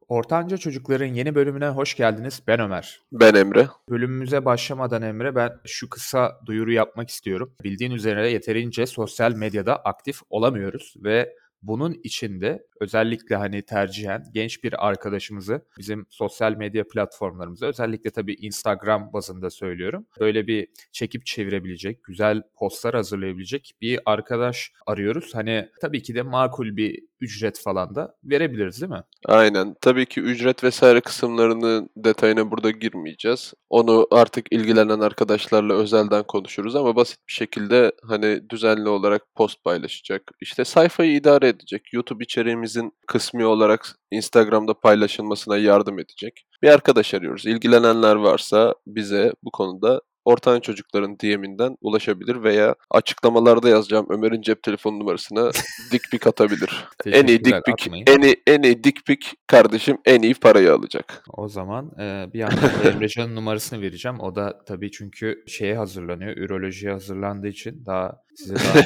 Ortanca Çocukların yeni bölümüne hoş geldiniz. Ben Ömer. Ben Emre. Bölümümüze başlamadan Emre, ben şu kısa duyuru yapmak istiyorum. Bildiğin üzere yeterince sosyal medyada aktif olamıyoruz ve bunun için de özellikle tercihen genç bir arkadaşımızı bizim sosyal medya platformlarımıza, özellikle tabii Instagram bazında söylüyorum, böyle bir çekip çevirebilecek, güzel postlar hazırlayabilecek bir arkadaş arıyoruz. Tabii ki de makul bir ücret falan da verebiliriz, değil mi? Aynen. Tabii ki ücret vesaire kısımlarının detayına burada girmeyeceğiz. Onu artık ilgilenen arkadaşlarla özelden konuşuruz ama basit bir şekilde hani düzenli olarak post paylaşacak. İşte sayfayı idare edecek. YouTube içeriğimizin kısmi olarak Instagram'da paylaşılmasına yardım edecek. Bir arkadaş arıyoruz. İlgilenenler varsa bize bu konuda Ortanca Çocukların DM'inden ulaşabilir veya açıklamalarda yazacağım Ömer'in cep telefonu numarasına dik pik atabilir. En iyi Teşekkürler, dik pik, atmayın. en iyi dik pik kardeşim en iyi parayı alacak. O zaman bir yandan da Emrecan'ın numarasını vereceğim. O da tabii çünkü şeye hazırlanıyor, ürolojiye hazırlandığı için size daha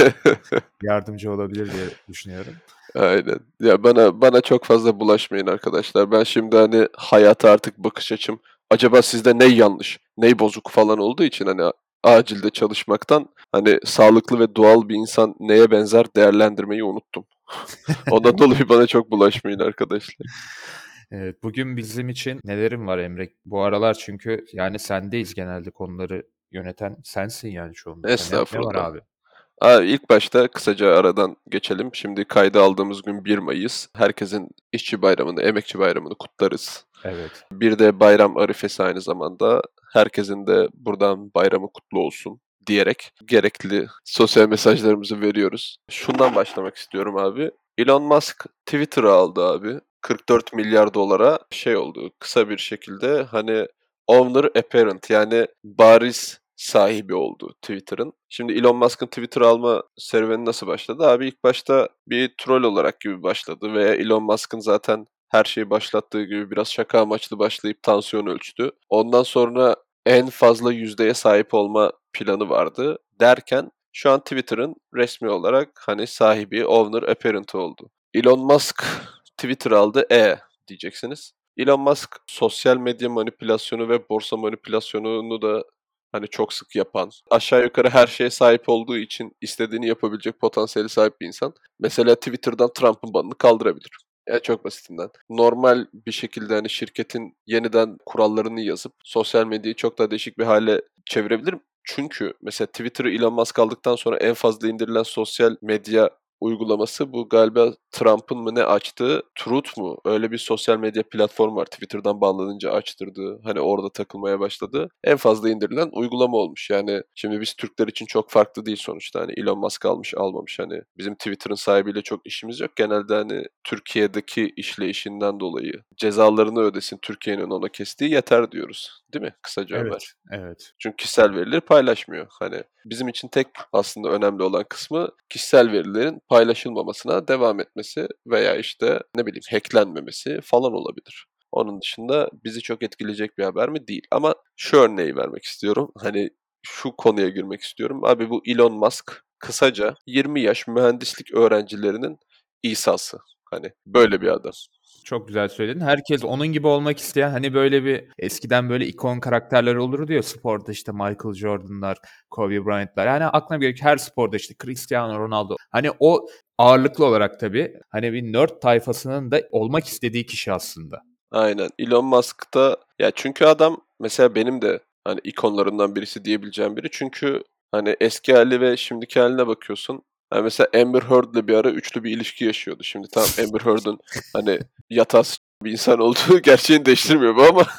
yardımcı olabilir diye düşünüyorum. Aynen. Ya bana çok fazla bulaşmayın arkadaşlar. Ben şimdi hani hayata artık bakış açım acaba sizde ne yanlış, ne bozuk falan olduğu için hani acilde çalışmaktan hani sağlıklı ve doğal bir insan neye benzer değerlendirmeyi unuttum. Ondan dolayı bana çok bulaşmayın arkadaşlar. Evet, bugün bizim için nelerim var Emre? Bu aralar çünkü yani sendeyiz, genelde konuları yöneten sensin yani çoğunlukla. Ne var Estağfurullah. abi? Abi ilk başta kısaca aradan geçelim. Şimdi kaydı aldığımız gün 1 Mayıs. Herkesin işçi bayramını, emekçi bayramını kutlarız. Evet. Bir de bayram arifesi aynı zamanda. Herkesin de buradan bayramı kutlu olsun diyerek gerekli sosyal mesajlarımızı veriyoruz. Şundan başlamak istiyorum abi. Elon Musk Twitter'ı aldı abi. 44 milyar dolara şey oldu. Kısa bir şekilde hani owner apparent yani bariz sahibi oldu Twitter'ın. Şimdi Elon Musk'ın Twitter alma serüveni nasıl başladı? Abi ilk başta bir troll olarak gibi başladı ve Elon Musk'ın zaten her şeyi başlattığı gibi biraz şaka amaçlı başlayıp tansiyon ölçtü. Ondan sonra en fazla yüzdeye sahip olma planı vardı derken şu an Twitter'ın resmi olarak hani sahibi, owner, apparent oldu. Elon Musk Twitter aldı diyeceksiniz. Elon Musk sosyal medya manipülasyonu ve borsa manipülasyonunu da hani çok sık yapan, aşağı yukarı her şeye sahip olduğu için istediğini yapabilecek potansiyeli sahip bir insan. Mesela Twitter'dan Trump'ın banını kaldırabilir. Ya çok basitinden. Normal bir şekilde hani şirketin yeniden kurallarını yazıp sosyal medyayı çok daha değişik bir hale çevirebilirim. Çünkü mesela Twitter'ı Elon Musk aldıktan sonra en fazla indirilen sosyal medya uygulaması bu galiba Trump'ın mı ne açtığı Truth mu? Öyle bir sosyal medya platformu var. Twitter'dan bağlanınca açtırdığı hani orada takılmaya başladı. En fazla indirilen uygulama olmuş. Yani şimdi biz Türkler için çok farklı değil sonuçta. Hani Elon Musk almış almamış hani bizim Twitter'ın sahibiyle çok işimiz yok. Genelde hani Türkiye'deki işleyişinden dolayı cezalarını ödesin Türkiye'nin ona kestiği yeter diyoruz. Değil mi? Kısaca Ömer. Evet, evet. Çünkü kişisel verileri paylaşmıyor. Hani bizim için tek aslında önemli olan kısmı kişisel verilerin paylaşılmamasına devam etmesi veya işte ne bileyim hacklenmemesi falan olabilir. Onun dışında bizi çok etkileyecek bir haber mi? Değil. Ama şu örneği vermek istiyorum. Hani şu konuya girmek istiyorum. Abi bu Elon Musk kısaca 20 yaş mühendislik öğrencilerinin İsa'sı. Hani böyle bir adam. Çok güzel söyledin. Herkes onun gibi olmak isteyen, böyle bir eskiden böyle ikon karakterler olurdu ya sporda, işte Michael Jordan'lar, Kobe Bryant'lar. Yani aklına geliyor ki her sporda işte Cristiano Ronaldo. Hani o ağırlıklı olarak tabii bir nerd tayfasının da olmak istediği kişi aslında. Aynen. Elon Musk da ya çünkü adam mesela benim de hani ikonlarımdan birisi diyebileceğim biri. Çünkü hani eski hali ve şimdiki haline bakıyorsun. Hani mesela Amber Heard'le bir ara üçlü bir ilişki yaşıyordu. Şimdi tamam Amber Heard'ın hani yatağı bir insan olduğu gerçeğini değiştirmiyor bu ama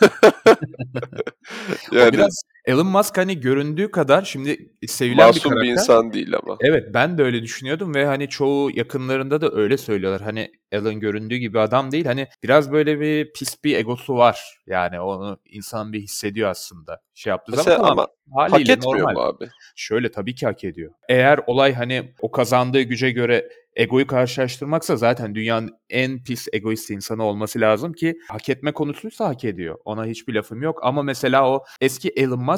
O yani biraz Elon Musk göründüğü kadar şimdi sevilen bir masum bir karakter. insan değil ama. Evet, ben de öyle düşünüyordum ve çoğu yakınlarında da öyle söylüyorlar. Alan göründüğü gibi adam değil. Biraz böyle bir pis bir egosu var. Yani onu insan bir hissediyor aslında şey yaptığı zaman. Mesela Tamam, ama hak haliyle etmiyor normal. mu abi? Şöyle, tabii ki hak ediyor. Eğer olay o kazandığı güce göre egoyu karşılaştırmaksa, zaten dünyanın en pis egoist insanı olması lazım ki hak etme konusuysa hak ediyor. Ona hiçbir lafım yok ama mesela o eski Elon Musk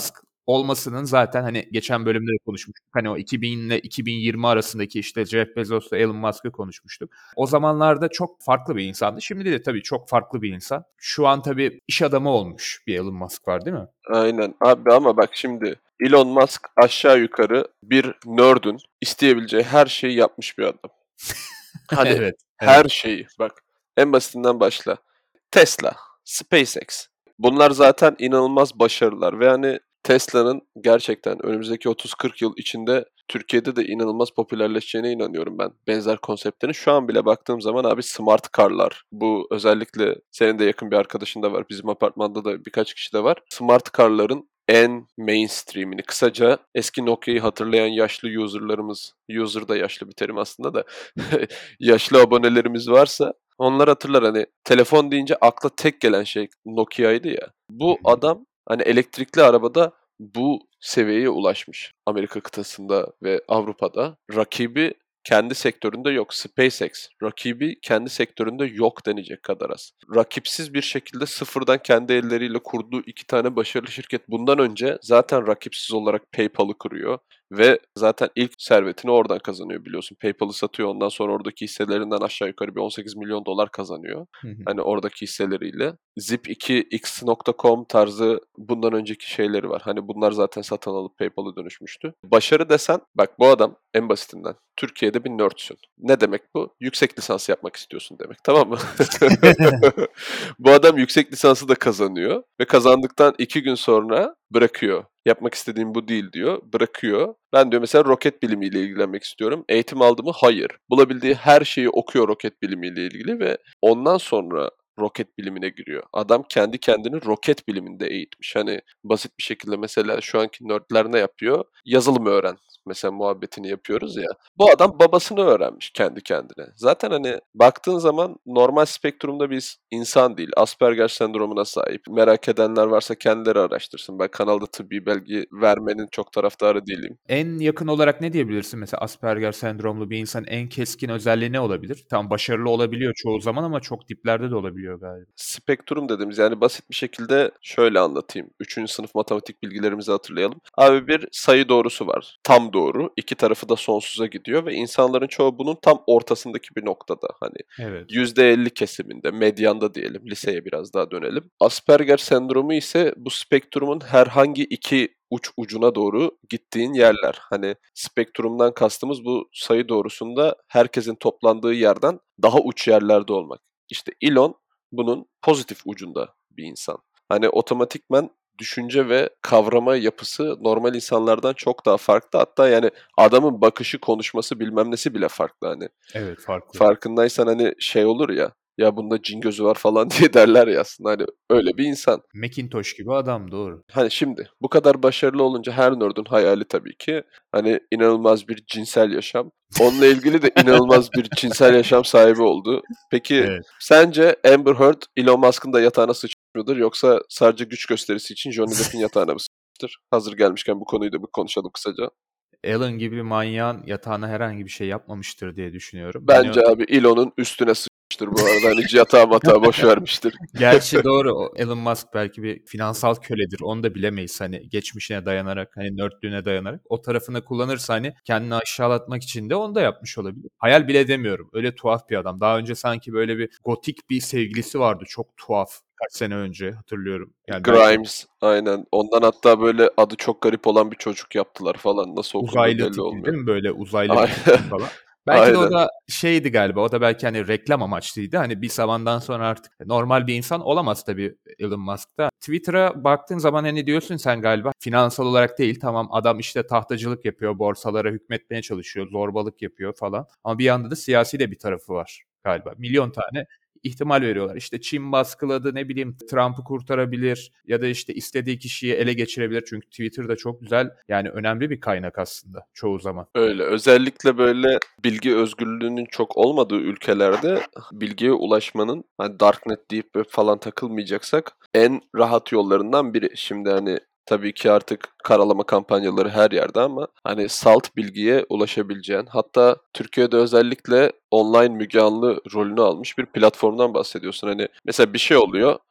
olmasının zaten hani geçen bölümde de konuşmuştuk. Hani o 2000 ile 2020 arasındaki işte Jeff Bezos'la Elon Musk'ı konuşmuştuk. O zamanlarda çok farklı bir insandı. Şimdi de tabii çok farklı bir insan. Şu an tabii iş adamı olmuş bir Elon Musk var değil mi? Aynen. Abi ama bak şimdi Elon Musk aşağı yukarı bir nerd'ün isteyebileceği her şeyi yapmış bir adam. Hani Evet, her evet. şeyi. Bak en basitinden başla. Tesla, SpaceX. Bunlar zaten inanılmaz başarılar ve hani Tesla'nın gerçekten önümüzdeki 30-40 yıl içinde Türkiye'de de inanılmaz popülerleşeceğine inanıyorum ben. Benzer konseptlerin. Şu an bile baktığım zaman abi smart car'lar. Bu özellikle senin de yakın bir arkadaşın da var. Bizim apartmanda da birkaç kişi de var. Smart car'ların en mainstream'ini, kısaca eski Nokia'yı hatırlayan yaşlı user'larımız, user da yaşlı bir terim aslında da yaşlı abonelerimiz varsa onlar hatırlar, hani telefon deyince akla tek gelen şey Nokia'ydı ya. Hı Bu hı. adam hani elektrikli arabada bu seviyeye ulaşmış. Amerika kıtasında ve Avrupa'da. Rakibi kendi sektöründe yok. SpaceX. Rakibi kendi sektöründe yok denecek kadar az. Rakipsiz bir şekilde sıfırdan kendi elleriyle kurduğu 2 tane başarılı şirket. Bundan önce zaten rakipsiz olarak PayPal'ı kuruyor. Ve zaten ilk servetini oradan kazanıyor biliyorsun. PayPal'ı satıyor, ondan sonra oradaki hisselerinden aşağı yukarı bir 18 milyon dolar kazanıyor. Hı hı. Hani oradaki hisseleriyle. Zip2x.com tarzı bundan önceki şeyleri var. Hani bunlar zaten satın alıp PayPal'a dönüşmüştü. Başarı desen, bak bu adam en basitinden Türkiye'de bir nerd'sün. Ne demek bu? Yüksek lisans yapmak istiyorsun demek, tamam mı? Bu adam yüksek lisansı da kazanıyor ve kazandıktan 2 gün sonra bırakıyor. Yapmak istediğim bu değil diyor. Bırakıyor. Ben diyor mesela roket bilimiyle ilgilenmek istiyorum. Eğitim aldı mı? Hayır. Bulabildiği her şeyi okuyor roket bilimiyle ilgili ve ondan sonra roket bilimine giriyor. Adam kendi kendini roket biliminde eğitmiş. Hani basit bir şekilde mesela şu anki nerdler ne yapıyor? Yazılım öğren. Mesela muhabbetini yapıyoruz ya. Bu adam babasını öğrenmiş kendi kendine. Zaten hani baktığın zaman normal spektrumda biz insan değil, Asperger sendromuna sahip. Merak edenler varsa kendileri araştırsın. Ben kanalda tıbbi belge vermenin çok taraftarı değilim. En yakın olarak ne diyebilirsin? Mesela Asperger sendromlu bir insanın en keskin özelliği ne olabilir? Tamam, başarılı olabiliyor çoğu zaman ama çok diplerde de olabiliyor galiba. Spektrum dediğimiz, yani basit bir şekilde şöyle anlatayım. Üçüncü sınıf matematik bilgilerimizi hatırlayalım. Abi bir sayı doğrusu var. Tam doğru. İki tarafı da sonsuza gidiyor ve insanların çoğu bunun tam ortasındaki bir noktada. Hani Evet. %50 kesiminde, medyanda diyelim. Liseye biraz daha dönelim. Asperger sendromu ise bu spektrumun herhangi iki uç ucuna doğru gittiğin yerler. Hani spektrumdan kastımız bu sayı doğrusunda herkesin toplandığı yerden daha uç yerlerde olmak. İşte Elon bunun pozitif ucunda bir insan. Hani otomatikman düşünce ve kavrama yapısı normal insanlardan çok daha farklı. Hatta yani adamın bakışı, konuşması, bilmem nesi bile farklı hani. Evet, farklı. Farkındaysan hani şey olur ya, ya bunda cin gözü var falan diye derler ya aslında. Hani öyle bir insan. Macintosh gibi adam, doğru. Hani şimdi bu kadar başarılı olunca her nerd'ün hayali tabii ki hani inanılmaz bir cinsel yaşam. Onunla ilgili de inanılmaz bir cinsel yaşam sahibi oldu. Peki Evet. sence Amber Heard Elon Musk'ın da yatağına sıçmış mıdır, yoksa sadece güç gösterisi için Johnny Depp'in yatağına mı sıçmıştır? Hazır gelmişken bu konuyu da bir konuşalım kısaca. Alan gibi bir manyağın yatağına herhangi bir şey yapmamıştır diye düşünüyorum. Hani Bence abi Elon'un üstüne sıçmıştır bu arada. Hani hiç yatağı matağı boş vermiştir. gerçi doğru. O Elon Musk belki bir finansal köledir. Onu da bilemeyiz. Hani geçmişine dayanarak, hani nörtlüğüne dayanarak. O tarafını kullanırsa hani kendini aşağılatmak için de onu da yapmış olabilir. Hayal bile edemiyorum. Öyle tuhaf bir adam. Daha önce sanki böyle bir gotik bir sevgilisi vardı. Çok tuhaf. Kaç sene önce hatırlıyorum. Yani belki Grimes aynen. Ondan hatta böyle adı çok garip olan bir çocuk yaptılar falan. Nasıl okunduğu uzaylı belli tipli olmuyor. değil mi? Böyle uzaylı bir Aynen. tipli falan. Belki de o Aynen. da şeydi galiba. O da belki hani reklam amaçlıydı. Hani bir zamandan sonra artık normal bir insan olamaz tabii Elon Musk da. Twitter'a baktığın zaman hani diyorsun sen galiba finansal olarak değil, tamam adam işte tahtacılık yapıyor, borsalara hükmetmeye çalışıyor, zorbalık yapıyor falan. Ama bir yanda da siyasi de bir tarafı var galiba. Milyon tane ihtimal veriyorlar. İşte Çin baskıladı, ne bileyim Trump'ı kurtarabilir ya da işte istediği kişiyi ele geçirebilir. Çünkü Twitter'da çok güzel, yani önemli bir kaynak aslında çoğu zaman. Öyle. Özellikle böyle bilgi özgürlüğünün çok olmadığı ülkelerde bilgiye ulaşmanın, hani darknet deyip web falan takılmayacaksak, en rahat yollarından biri. Şimdi hani tabii ki artık karalama kampanyaları her yerde ama hani salt bilgiye ulaşabileceğin, hatta Türkiye'de özellikle online Müge Anlı rolünü almış bir platformdan bahsediyorsun. Hani mesela bir şey oluyor.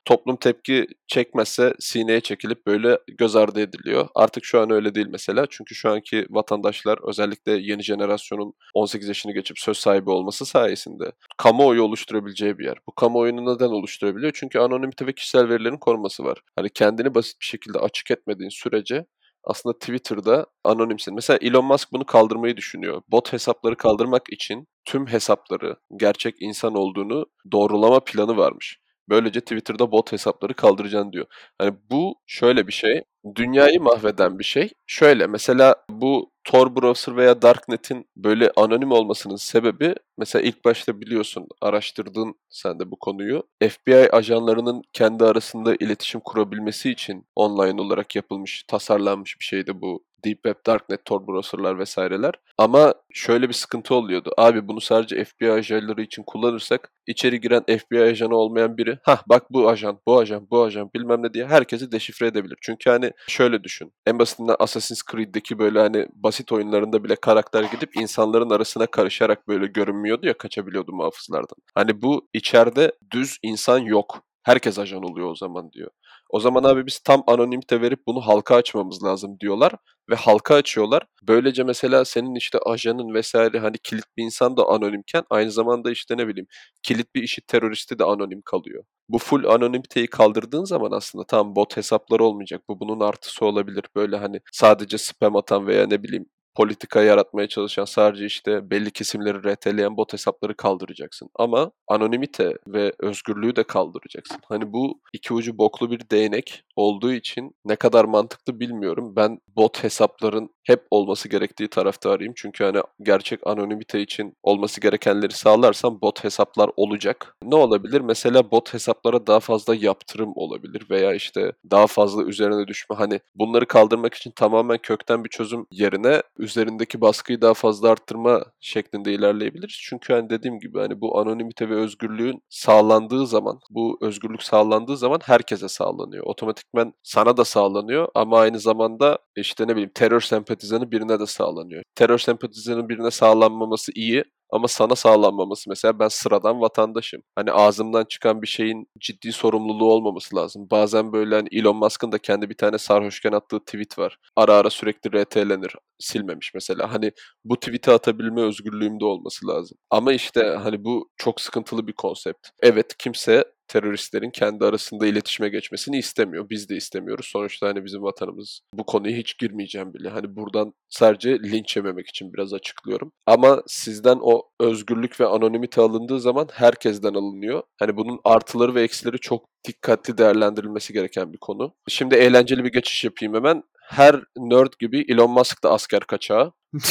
toplum tepki çekmezse sineye çekilip böyle göz ardı ediliyor. Artık şu an öyle değil mesela. Çünkü şu anki vatandaşlar, özellikle yeni jenerasyonun 18 yaşını geçip söz sahibi olması sayesinde kamuoyu oluşturabileceği bir yer. Bu kamuoyunu neden oluşturabiliyor? Çünkü anonimite ve kişisel verilerin korunması var. Hani kendini basit bir şekilde açık etmediğin sürece aslında Twitter'da anonimsin. Mesela Elon Musk bunu kaldırmayı düşünüyor. Bot hesapları kaldırmak için tüm hesapları gerçek insan olduğunu doğrulama planı varmış. Böylece Twitter'da bot hesapları kaldıracaksın diyor. Hani bu şöyle bir şey, dünyayı mahveden bir şey. Şöyle mesela bu Tor browser veya Darknet'in böyle anonim olmasının sebebi, mesela ilk başta biliyorsun, araştırdın sen de bu konuyu. FBI ajanlarının kendi arasında iletişim kurabilmesi için online olarak yapılmış, tasarlanmış bir şeydi bu Deep Web, Darknet, Tor browser'lar vesaireler. Ama şöyle bir sıkıntı oluyordu. Abi bunu sadece FBI ajanları için kullanırsak içeri giren FBI ajanı olmayan biri, bak bu ajan, bu ajan, bu ajan bilmem ne diye herkesi deşifre edebilir. Çünkü hani şöyle düşün. En basitinden Assassin's Creed'deki böyle hani basit oyunlarında bile karakter gidip insanların arasına karışarak böyle görünmüyordu ya, kaçabiliyordu muhafızlardan. Hani bu içeride düz insan yok. Herkes ajan oluyor o zaman diyor. O zaman abi biz tam anonimite verip bunu halka açmamız lazım diyorlar ve halka açıyorlar. Böylece mesela senin işte ajanın vesaire, hani kilit bir insan da anonimken aynı zamanda işte ne bileyim kilit bir IŞİD teröristi de anonim kalıyor. Bu full anonimiteyi kaldırdığın zaman aslında tam bot hesapları olmayacak. Bu bunun artısı olabilir. Böyle hani sadece spam atan veya ne bileyim politika yaratmaya çalışan, sadece işte belli kesimleri RT'leyen bot hesapları kaldıracaksın. Ama anonimite ve özgürlüğü de kaldıracaksın. Hani bu iki ucu boklu bir değnek olduğu için ne kadar mantıklı bilmiyorum. Ben bot hesapların hep olması gerektiği taraftarıyım. Çünkü hani gerçek anonimite için olması gerekenleri sağlarsam bot hesaplar olacak. Ne olabilir? Mesela bot hesaplara daha fazla yaptırım olabilir veya işte daha fazla üzerine düşme. Hani bunları kaldırmak için tamamen kökten bir çözüm yerine üzerindeki baskıyı daha fazla arttırma şeklinde ilerleyebiliriz. Çünkü hani dediğim gibi hani bu anonimite ve özgürlüğün sağlandığı zaman, bu özgürlük sağlandığı zaman herkese sağlanıyor. Otomatikman sana da sağlanıyor ama aynı zamanda işte ne bileyim terör sempatizanı birine de sağlanıyor. Terör sempatizanı birine sağlanmaması iyi ama sana sağlanmaması, mesela ben sıradan vatandaşım. Hani ağzımdan çıkan bir şeyin ciddi sorumluluğu olmaması lazım. Bazen böyle hani Elon Musk'ın da kendi bir tane sarhoşken attığı tweet var. Ara ara sürekli RT'lenir. Silmemiş mesela. Hani bu tweet'i atabilme özgürlüğüm de olması lazım. Ama işte hani bu çok sıkıntılı bir konsept. Evet, kimse teröristlerin kendi arasında iletişime geçmesini istemiyor. Biz de istemiyoruz. Sonuçta hani bizim vatanımız. Bu konuya hiç girmeyeceğim bile. Hani buradan sadece linç yememek için biraz açıklıyorum. Ama sizden o özgürlük ve anonimite alındığı zaman herkesten alınıyor. Hani bunun artıları ve eksileri çok dikkatli değerlendirilmesi gereken bir konu. Şimdi eğlenceli bir geçiş yapayım hemen. Her nerd gibi Elon Musk da asker kaçağı.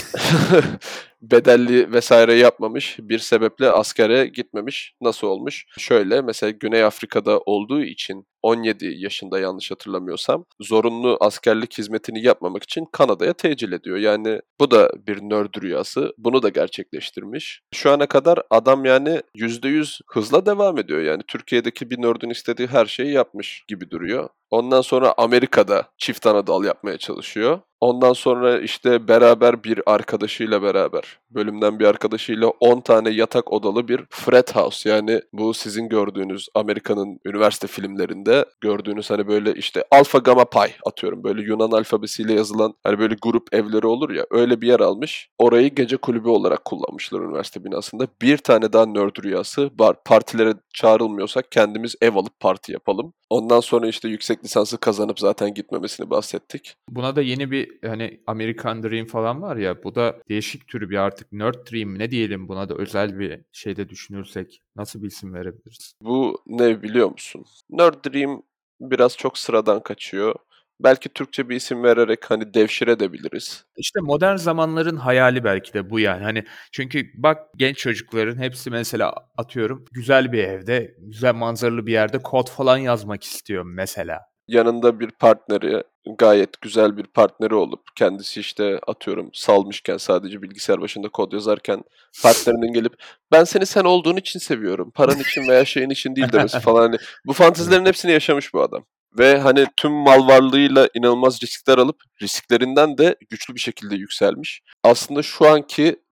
Bedelli vesaire yapmamış. Bir sebeple askere gitmemiş. Nasıl olmuş? Şöyle, mesela Güney Afrika'da olduğu için 17 yaşında yanlış hatırlamıyorsam zorunlu askerlik hizmetini yapmamak için Kanada'ya tecil ediyor. Yani bu da bir nerd rüyası. Bunu da gerçekleştirmiş. Şu ana kadar adam yani %100 hızla devam ediyor. Yani Türkiye'deki bir nerd'ün istediği her şeyi yapmış gibi duruyor. Ondan sonra Amerika'da çift anadal yapmaya çalışıyor. Ondan sonra işte beraber bir arkadaşıyla beraber, bölümden bir arkadaşıyla 10 tane yatak odalı bir frat house. Yani bu sizin gördüğünüz Amerika'nın üniversite filmlerinde gördüğünüz hani böyle işte Alpha Gamma Pi, atıyorum, böyle Yunan alfabesiyle yazılan hani böyle grup evleri olur ya, öyle bir yer almış. Orayı gece kulübü olarak kullanmışlar üniversite binasında. Bir tane daha nerd rüyası var. Partilere çağrılmıyorsak kendimiz ev alıp parti yapalım. Ondan sonra işte yüksek lisansı kazanıp zaten gitmemesini bahsettik. Buna da yeni bir hani American Dream falan var ya, bu da değişik türü bir artık Nerd Dream mi ne diyelim, buna da özel bir şeyde düşünürsek nasıl bir isim verebiliriz? Bu ne biliyor musun? Nerd Dream biraz çok sıradan kaçıyor. Belki Türkçe bir isim vererek hani devşirebiliriz. İşte modern zamanların hayali belki de bu yani. Hani çünkü bak, genç çocukların hepsi mesela atıyorum güzel bir evde, güzel manzaralı bir yerde kod falan yazmak istiyor mesela. Yanında bir partneri, gayet güzel bir partneri olup kendisi işte atıyorum salmışken, sadece bilgisayar başında kod yazarken partnerinin gelip ben seni sen olduğun için seviyorum, paran için veya şeyin için değil demesi falan, hani bu fantezilerin hepsini yaşamış bu adam. Ve hani tüm mal varlığıyla inanılmaz riskler alıp risklerinden de güçlü bir şekilde yükselmiş. Aslında şu anki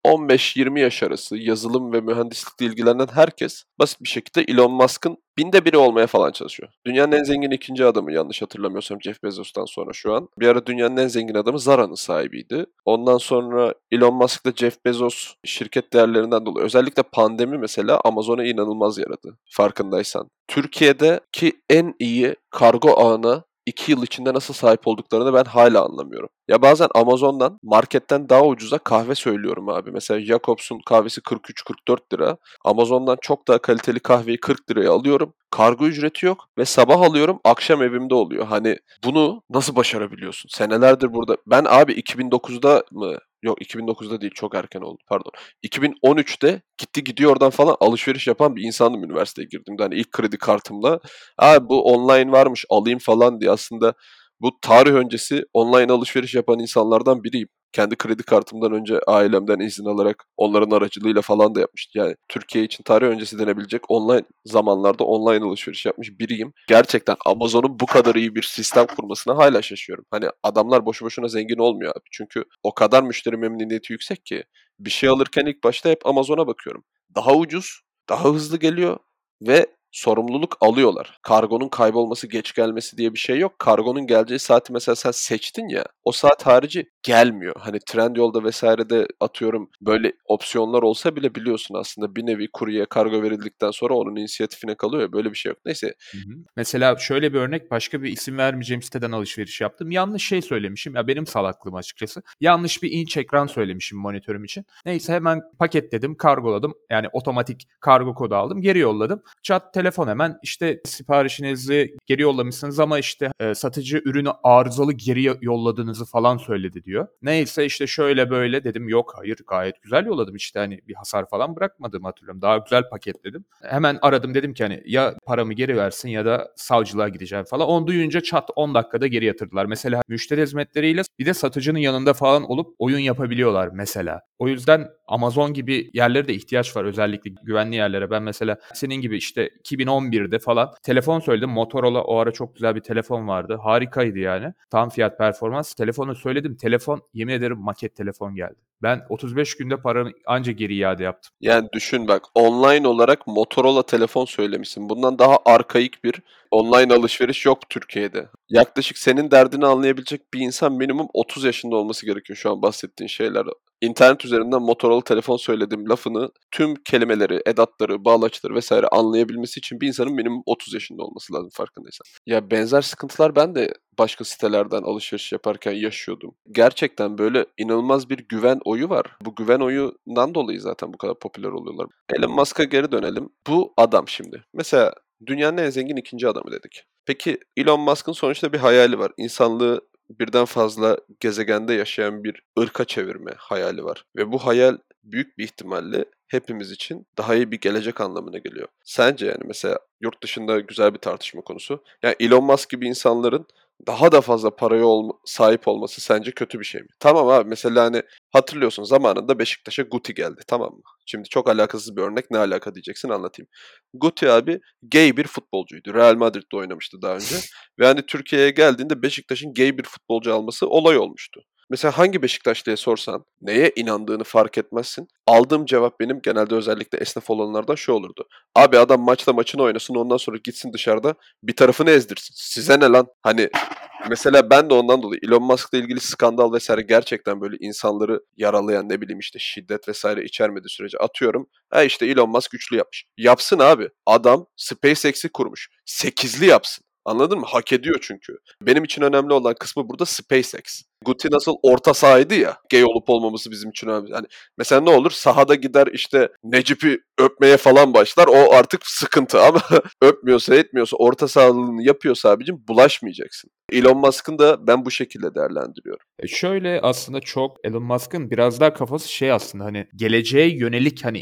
15-20 yaş arası yazılım ve mühendislikle ilgilenen herkes basit bir şekilde Elon Musk'ın binde biri olmaya falan çalışıyor. Dünyanın en zengin ikinci adamı yanlış hatırlamıyorsam Jeff Bezos'tan sonra şu an. Bir ara dünyanın en zengin adamı Zara'nın sahibiydi. Ondan sonra Elon Musk'la Jeff Bezos şirket değerlerinden dolayı özellikle pandemi mesela Amazon'a inanılmaz yaradı farkındaysan. Türkiye'deki en iyi kargo ağına 2 yıl içinde nasıl sahip olduklarını ben hala anlamıyorum. Ya bazen Amazon'dan marketten daha ucuza kahve söylüyorum abi. Mesela Jacobs'un kahvesi 43-44 lira. Amazon'dan çok daha kaliteli kahveyi 40 liraya alıyorum. Kargo ücreti yok ve sabah alıyorum akşam evimde oluyor. Hani bunu nasıl başarabiliyorsun? Senelerdir burada. Ben abi 2009'da mı? Yok 2009'da değil çok erken oldu pardon. 2013'te gidiyor oradan falan alışveriş yapan bir insandım üniversiteye girdiğimde. Hani ilk kredi kartımla abi bu online varmış alayım falan diye aslında bu tarih öncesi online alışveriş yapan insanlardan biriyim. Kendi kredi kartımdan önce ailemden izin alarak onların aracılığıyla falan da yapmıştım. Yani Türkiye için tarih öncesi denebilecek online zamanlarda online alışveriş yapmış biriyim. Gerçekten Amazon'un bu kadar iyi bir sistem kurmasına hala şaşıyorum. Hani adamlar boşu boşuna zengin olmuyor abi. Çünkü o kadar müşteri memnuniyeti yüksek ki bir şey alırken ilk başta hep Amazon'a bakıyorum. Daha ucuz, daha hızlı geliyor ve sorumluluk alıyorlar. Kargonun kaybolması, geç gelmesi diye bir şey yok. Kargonun geleceği saati mesela sen seçtin ya, o saat harici gelmiyor. Hani Trendyol'da vesairede atıyorum böyle opsiyonlar olsa bile biliyorsun aslında bir nevi kuryeye kargo verildikten sonra onun inisiyatifine kalıyor ya böyle bir şey yok. Neyse. Hı hı. Mesela şöyle bir örnek, başka bir isim vermeyeceğim siteden alışveriş yaptım. Yanlış şey söylemişim. Ya benim salaklığım açıkçası. Yanlış bir inç ekran söylemişim monitörüm için. Neyse hemen paketledim, kargoladım. Yani otomatik kargo kodu aldım, geri yolladım. Çat telefon hemen işte siparişinizi geri yollamışsınız ama işte satıcı ürünü arızalı geri yolladığınızı falan söyledi diyor. Neyse işte şöyle böyle dedim. Yok hayır gayet güzel yolladım işte hani bir hasar falan bırakmadığımı hatırlıyorum. Daha güzel paketledim. Hemen aradım dedim ki hani ya paramı geri versin ya da savcılığa gideceğim falan. Onu duyunca çat 10 dakikada geri yatırdılar. Mesela müşteri hizmetleriyle bir de satıcının yanında falan olup oyun yapabiliyorlar mesela. O yüzden Amazon gibi yerlere de ihtiyaç var. Özellikle güvenli yerlere. Ben mesela senin gibi işte 2011'de falan telefon söyledim. Motorola o ara çok güzel bir telefon vardı. Harikaydı yani. Tam fiyat performans. Telefonu söyledim. Telefon yemin ederim maket telefon geldi. Ben 35 günde paranı anca geri iade yaptım. Yani düşün bak online olarak Motorola telefon söylemişsin. Bundan daha arkaik bir online alışveriş yok Türkiye'de. Yaklaşık senin derdini anlayabilecek bir insan minimum 30 yaşında olması gerekiyor şu an bahsettiğin şeyler. İnternet üzerinden Motorola telefon söylediğim lafını tüm kelimeleri, edatları, bağlaçları vesaire anlayabilmesi için bir insanın minimum 30 yaşında olması lazım farkındaysan. Ya benzer sıkıntılar ben de başka sitelerden alışveriş yaparken yaşıyordum. Gerçekten böyle inanılmaz bir güven oyu var. Bu güven oyundan dolayı zaten bu kadar popüler oluyorlar. Elon Musk'a geri dönelim. Bu adam şimdi. Mesela dünyanın en zengin ikinci adamı dedik. Peki Elon Musk'ın sonuçta bir hayali var. İnsanlığı birden fazla gezegende yaşayan bir ırka çevirme hayali var. Ve bu hayal büyük bir ihtimalle hepimiz için daha iyi bir gelecek anlamına geliyor. Sence yani mesela yurt dışında güzel bir tartışma konusu. Yani Elon Musk gibi insanların daha da fazla paraya sahip olması sence kötü bir şey mi? Tamam abi mesela hani hatırlıyorsun zamanında Beşiktaş'a Guti geldi tamam mı? Şimdi çok alakasız bir örnek ne alaka diyeceksin anlatayım. Guti abi gay bir futbolcuydu. Real Madrid'de oynamıştı daha önce. Ve hani Türkiye'ye geldiğinde Beşiktaş'ın gay bir futbolcu alması olay olmuştu. Mesela hangi Beşiktaşlı'ya sorsan neye inandığını fark etmezsin. Aldığım cevap benim genelde özellikle esnaf olanlardan şu olurdu. Abi adam maçta maçını oynasın ondan sonra gitsin dışarıda bir tarafını ezdirsin. Size ne lan? Hani mesela ben de ondan dolayı Elon Musk'la ilgili skandal vesaire gerçekten böyle insanları yaralayan ne bileyim işte şiddet vesaire içermediği sürece atıyorum. Ha işte Elon Musk güçlü yapmış. Yapsın abi. Adam SpaceX'i kurmuş. Sekizli yapsın. Anladın mı? Hak ediyor çünkü. Benim için önemli olan kısmı burada SpaceX. Guti nasıl orta sahaydı ya. Gay olup olmaması bizim için önemli. Yani mesela ne olur? Sahada gider işte Necip'i öpmeye falan başlar. O artık sıkıntı ama öpmüyorsa etmiyorsa orta sahalığını yapıyorsa abicim bulaşmayacaksın. Elon Musk'ın da ben bu şekilde değerlendiriyorum. Şöyle aslında çok Elon Musk'ın biraz daha kafası şey aslında hani geleceğe yönelik hani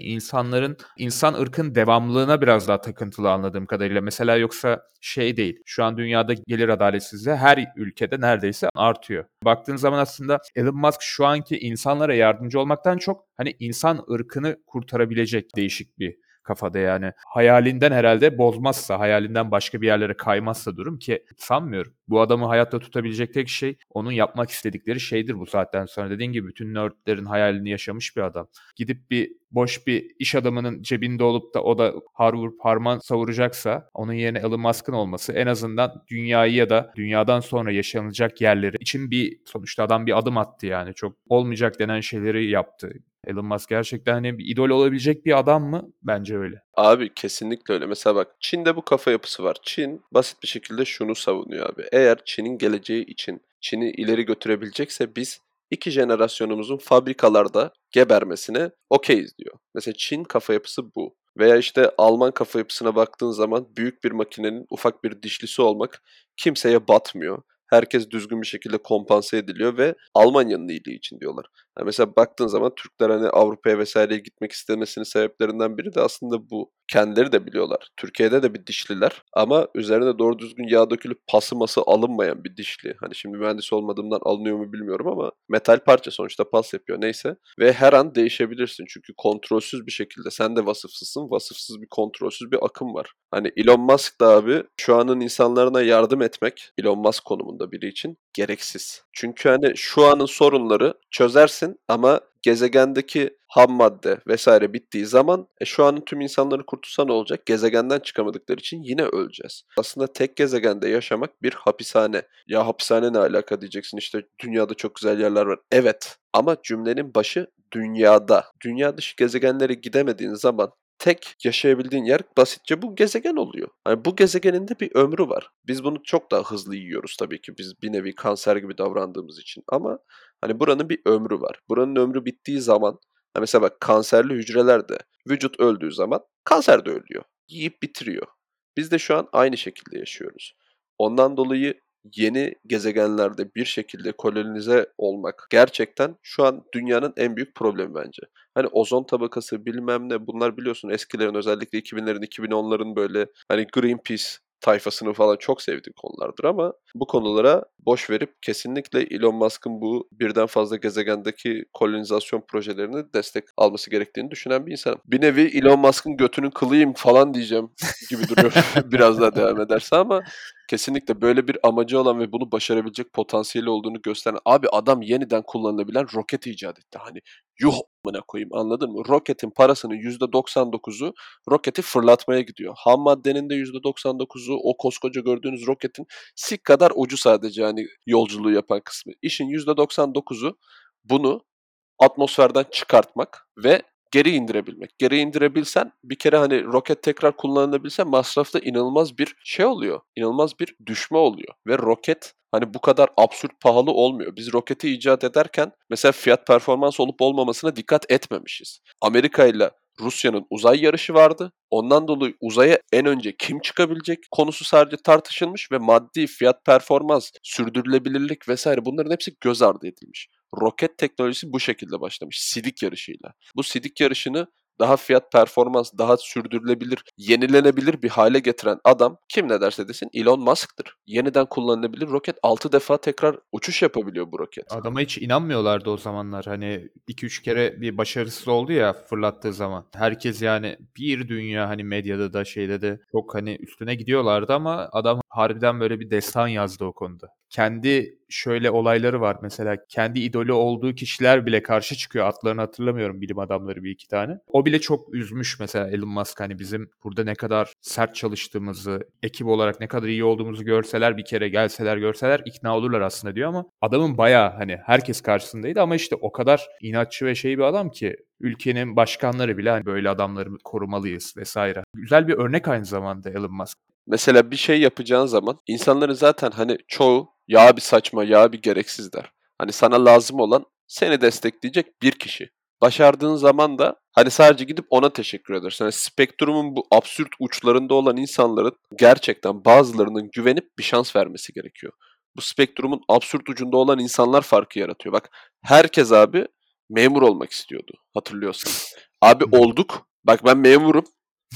insan ırkın devamlılığına biraz daha takıntılı anladığım kadarıyla. Mesela yoksa şey değil. Şu an dünyada gelir adaletsizliği her ülkede neredeyse artıyor. Baktığın zaman aslında Elon Musk şu anki insanlara yardımcı olmaktan çok hani insan ırkını kurtarabilecek değişik bir kafada yani. Hayalinden herhalde bozmazsa, hayalinden başka bir yerlere kaymazsa durum, ki sanmıyorum. Bu adamı hayatta tutabilecek tek şey onun yapmak istedikleri şeydir bu saatten sonra. Dediğin gibi bütün nerdlerin hayalini yaşamış bir adam. Gidip boş bir iş adamının cebinde olup da o da Harvard parmağı savuracaksa onun yerine Elon Musk'ın olması en azından dünyayı ya da dünyadan sonra yaşanacak yerleri için sonuçta adam bir adım attı yani. Çok olmayacak denen şeyleri yaptı. Elon Musk gerçekten hani bir idol olabilecek bir adam mı? Bence öyle. Abi kesinlikle öyle. Mesela bak, Çin'de bu kafa yapısı var. Çin basit bir şekilde şunu savunuyor abi. Eğer Çin'in geleceği için Çin'i ileri götürebilecekse biz 2 jenerasyonumuzun fabrikalarda gebermesine okeyiz diyor. Mesela Çin kafa yapısı bu. Veya işte Alman kafa yapısına baktığın zaman büyük bir makinenin ufak bir dişlisi olmak kimseye batmıyor. Herkes düzgün bir şekilde kompanse ediliyor ve Almanya'nın iyiliği için diyorlar. Yani mesela baktığın zaman Türkler hani Avrupa'ya vesaireye gitmek istemesinin sebeplerinden biri de aslında bu. Kendileri de biliyorlar. Türkiye'de de bir dişliler ama üzerine doğru düzgün yağ dökülüp pası alınmayan bir dişli. Hani şimdi mühendis olmadığımdan alınıyor mu bilmiyorum ama metal parça sonuçta pas yapıyor neyse. Ve her an değişebilirsin çünkü kontrolsüz bir şekilde sen de vasıfsızsın. Vasıfsız bir kontrolsüz bir akım var. Hani Elon Musk da abi şu anın insanlarına yardım etmek Elon Musk konumunda biri için gereksiz. Çünkü hani şu anın sorunları çözersin ama gezegendeki ham madde vesaire bittiği zaman şu anın tüm insanları kurtulsa ne olacak? Gezegenden çıkamadıkları için yine öleceğiz. Aslında tek gezegende yaşamak bir hapishane. Ya hapishane ne alaka diyeceksin, işte dünyada çok güzel yerler var. Evet ama cümlenin başı dünyada. Dünya dışı gezegenlere gidemediğin zaman tek yaşayabildiğin yer basitçe bu gezegen oluyor. Hani bu gezegenin de bir ömrü var. Biz bunu çok daha hızlı yiyoruz tabii ki. Biz bir nevi kanser gibi davrandığımız için ama hani buranın bir ömrü var. Buranın ömrü bittiği zaman mesela bak, kanserli hücreler de vücut öldüğü zaman kanser de ölüyor. Yiyip bitiriyor. Biz de şu an aynı şekilde yaşıyoruz. Ondan dolayı yeni gezegenlerde bir şekilde kolonize olmak gerçekten şu an dünyanın en büyük problemi bence. Hani ozon tabakası bilmem ne, bunlar biliyorsun eskilerin, özellikle 2000'lerin 2010'ların böyle hani Greenpeace tayfasını falan çok sevdiğim konulardır ama bu konulara boş verip kesinlikle Elon Musk'ın bu birden fazla gezegendeki kolonizasyon projelerini destek alması gerektiğini düşünen bir insanım. Bir nevi Elon Musk'ın götünün kılıyım falan diyeceğim gibi duruyor biraz daha devam ederse ama kesinlikle böyle bir amacı olan ve bunu başarabilecek potansiyeli olduğunu gösteren, abi adam yeniden kullanılabilen roket icat etti. Hani yuh amına koyayım, anladın mı? Roketin parasının %99'u roketi fırlatmaya gidiyor. Ham maddenin de %99'u o koskoca gördüğünüz roketin sik kadar ucu sadece hani yolculuğu yapan kısmı. İşin %99'u bunu atmosferden çıkartmak ve geri indirebilmek. Geri indirebilsen bir kere hani roket tekrar kullanılabilse masrafta inanılmaz bir şey oluyor. İnanılmaz bir düşme oluyor. Ve roket hani bu kadar absürt pahalı olmuyor. Biz roketi icat ederken mesela fiyat performans olup olmamasına dikkat etmemişiz. Amerika ile Rusya'nın uzay yarışı vardı. Ondan dolayı uzaya en önce kim çıkabilecek konusu sadece tartışılmış ve maddi, fiyat performans, sürdürülebilirlik vesaire bunların hepsi göz ardı edilmiş. Roket teknolojisi bu şekilde başlamış. Sidik yarışıyla. Bu sidik yarışını daha fiyat performans, daha sürdürülebilir, yenilenebilir bir hale getiren adam kim ne derse desin Elon Musk'tır. Yeniden kullanılabilir roket 6 defa tekrar uçuş yapabiliyor bu roket. Adama hiç inanmıyorlardı o zamanlar. Hani 2-3 kere bir başarısız oldu ya fırlattığı zaman. Herkes yani bir dünya hani medyada da şeyde de çok hani üstüne gidiyorlardı ama adam harbiden böyle bir destan yazdı o konuda. Kendi şöyle olayları var mesela, kendi idolü olduğu kişiler bile karşı çıkıyor. Adlarını hatırlamıyorum, bilim adamları bir iki tane. O bile çok üzmüş mesela Elon Musk, hani bizim burada ne kadar sert çalıştığımızı, ekip olarak ne kadar iyi olduğumuzu görseler, bir kere gelseler görseler ikna olurlar aslında diyor ama adamın bayağı hani herkes karşısındaydı ama işte o kadar inatçı ve şey bir adam ki ülkenin başkanları bile hani böyle adamları korumalıyız vesaire. Güzel bir örnek aynı zamanda Elon Musk. Mesela bir şey yapacağın zaman insanların zaten hani çoğu ya bir saçma ya bir gereksiz der. Hani sana lazım olan seni destekleyecek bir kişi. Başardığın zaman da hani sadece gidip ona teşekkür edersin. Yani spektrumun bu absürt uçlarında olan insanların gerçekten bazılarının güvenip bir şans vermesi gerekiyor. Bu spektrumun absürt ucunda olan insanlar farkı yaratıyor. Bak, herkes abi memur olmak istiyordu, hatırlıyorsan. Abi olduk. Bak ben memurum.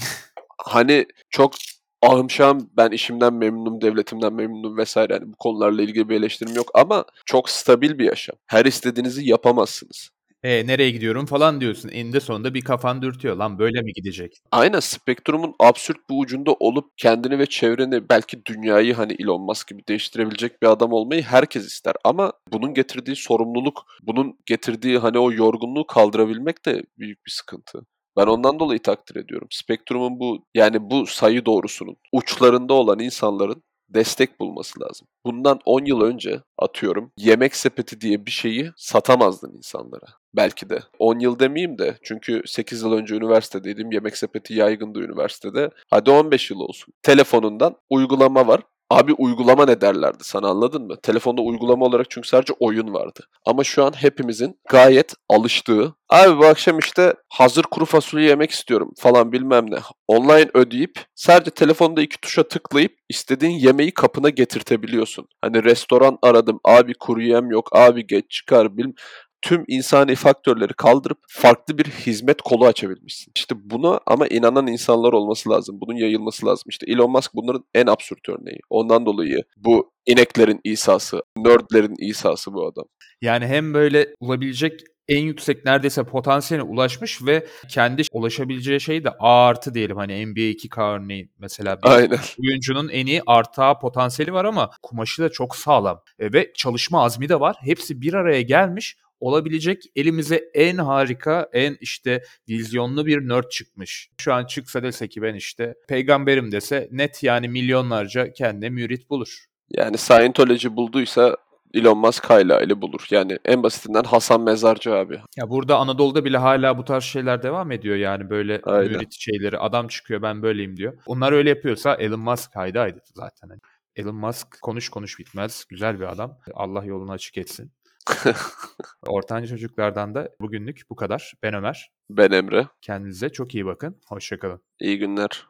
Hani çok ahım ben işimden memnunum, devletimden memnunum vesaire. Yani bu konularla ilgili bir eleştirim yok ama çok stabil bir yaşam. Her istediğinizi yapamazsınız. Nereye gidiyorum falan diyorsun. Eninde sonunda bir kafan dürtüyor. Lan böyle mi gidecek? Aynen, spektrumun absürt bir ucunda olup kendini ve çevreni, belki dünyayı, hani, Elon Musk gibi değiştirebilecek bir adam olmayı herkes ister ama bunun getirdiği sorumluluk, bunun getirdiği, hani, o yorgunluğu kaldırabilmek de büyük bir sıkıntı. Ben ondan dolayı takdir ediyorum. Spektrumun bu, yani, bu sayı doğrusunun uçlarında olan insanların destek bulması lazım. Bundan 10 yıl önce, atıyorum, Yemek Sepeti diye bir şeyi satamazdın insanlara. Belki de. 10 yıl demeyeyim de, çünkü 8 yıl önce üniversitedeydim. Yemek Sepeti yaygındı üniversitede. Hadi 15 yıl olsun. Telefonundan uygulama var. Abi uygulama ne derlerdi sana, anladın mı? Telefonda uygulama olarak çünkü sadece oyun vardı. Ama şu an hepimizin gayet alıştığı, abi bu akşam işte hazır kuru fasulye yemek istiyorum falan bilmem ne. Online ödeyip sadece telefonda 2 tuşa tıklayıp istediğin yemeği kapına getirtebiliyorsun. Hani restoran aradım, abi kuru yem yok, abi geç çıkar, tüm insani faktörleri kaldırıp farklı bir hizmet kolu açabilmişsin. İşte buna ama inanan insanlar olması lazım. Bunun yayılması lazım. İşte Elon Musk bunların en absürt örneği. Ondan dolayı bu ineklerin İsa'sı, nerdlerin İsa'sı bu adam. Yani hem böyle olabilecek en yüksek neredeyse potansiyeline ulaşmış ve kendi ulaşabileceği şey de A artı diyelim. Hani NBA 2K örneği mesela bir Aynen. oyuncunun en iyi artı A potansiyeli var ama kumaşı da çok sağlam. Ve çalışma azmi de var. Hepsi bir araya gelmiş. Olabilecek elimize en harika, en işte vizyonlu bir nerd çıkmış. Şu an çıksa dese ki ben işte peygamberim dese net yani milyonlarca kendine mürit bulur. Yani Scientology bulduysa Elon Musk hala ile bulur. Yani en basitinden Hasan Mezarcı abi. Ya burada Anadolu'da bile hala bu tarz şeyler devam ediyor yani böyle Aynen. mürit şeyleri. Adam çıkıyor ben böyleyim diyor. Onlar öyle yapıyorsa Elon Musk haydi haydi zaten. Hani Elon Musk konuş konuş bitmez. Güzel bir adam. Allah yolunu açık etsin. Ortanca çocuklardan da bugünlük bu kadar. Ben Ömer. Ben Emre. Kendinize çok iyi bakın. Hoşça kalın. İyi günler.